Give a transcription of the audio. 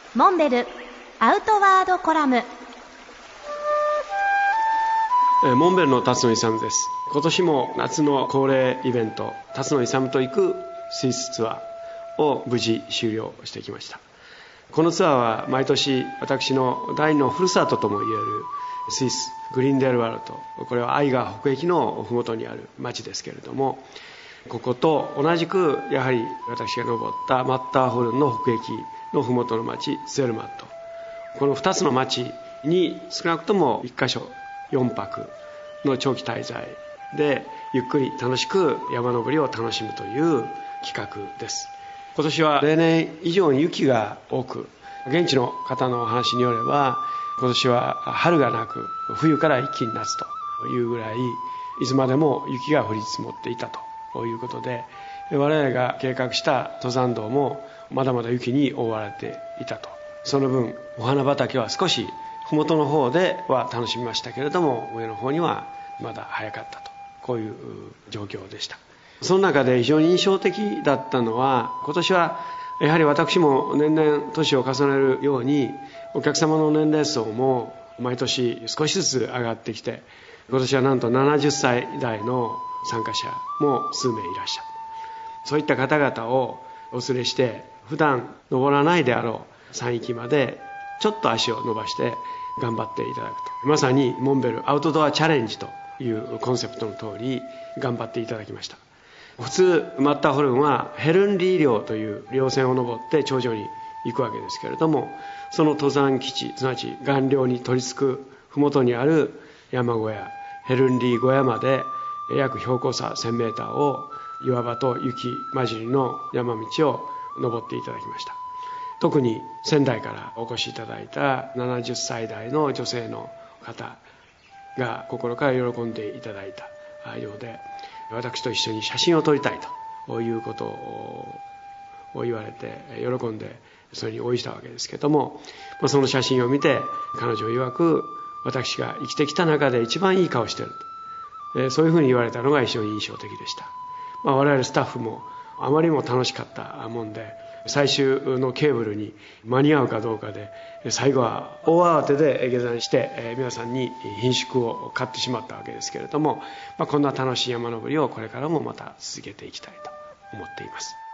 モンベルアウトワードコラム。 モンベルの辰野勇です。今年も夏の恒例イベント、辰野勇と行くスイスツアーを無事終了してきました。このツアーは毎年私の第二のふるさとともいえるスイスグリンデルワルト、これはアイガー北壁のふもとにある町ですけれども、ここと同じくやはり私が登ったマッターホルンの北壁のふもとの町ゼルマット、この2つの町に少なくとも1カ所4泊の長期滞在でゆっくり楽しく山登りを楽しむという企画です。今年は例年以上に雪が多く、現地の方の話によれば今年は春がなく冬から一気に夏というぐらいいつまでも雪が降り積もっていたということで、我々が計画した登山道もまだまだ雪に覆われていたと。その分お花畑は少し麓の方では楽しみましたけれども、上の方にはまだ早かったと、こういう状況でした。その中で非常に印象的だったのは、今年はやはり私も年々年を重ねるようにお客様の年齢層も毎年少しずつ上がってきて、今年はなんと70歳代の参加者も数名いらっしゃる。そういった方々をお連れして普段登らないであろう山域までちょっと足を伸ばして頑張っていただくと、まさにモンベルアウトドアチャレンジというコンセプトの通り頑張っていただきました。普通マッターホルンはヘルンリー稜という稜線を登って頂上に行くわけですけれども、その登山基地、すなわち岩稜に取り付く麓にある山小屋ヘルンリー小屋まで約標高差 1000m を岩場と雪混じりの山道を登っていただきました。特に仙台からお越しいただいた70歳代の女性の方が心から喜んでいただいたようで、私と一緒に写真を撮りたいということを言われて喜んでそれに応じたわけですけども、その写真を見て彼女曰く、私が生きてきた中で一番いい顔している、そういうふうに言われたのが非常に印象的でした。我々スタッフもあまりにも楽しかったもんで、最終のケーブルに間に合うかどうかで最後は大慌てで下山して皆さんに品縮を買ってしまったわけですけれども、こんな楽しい山登りをこれからもまた続けていきたいと思っています。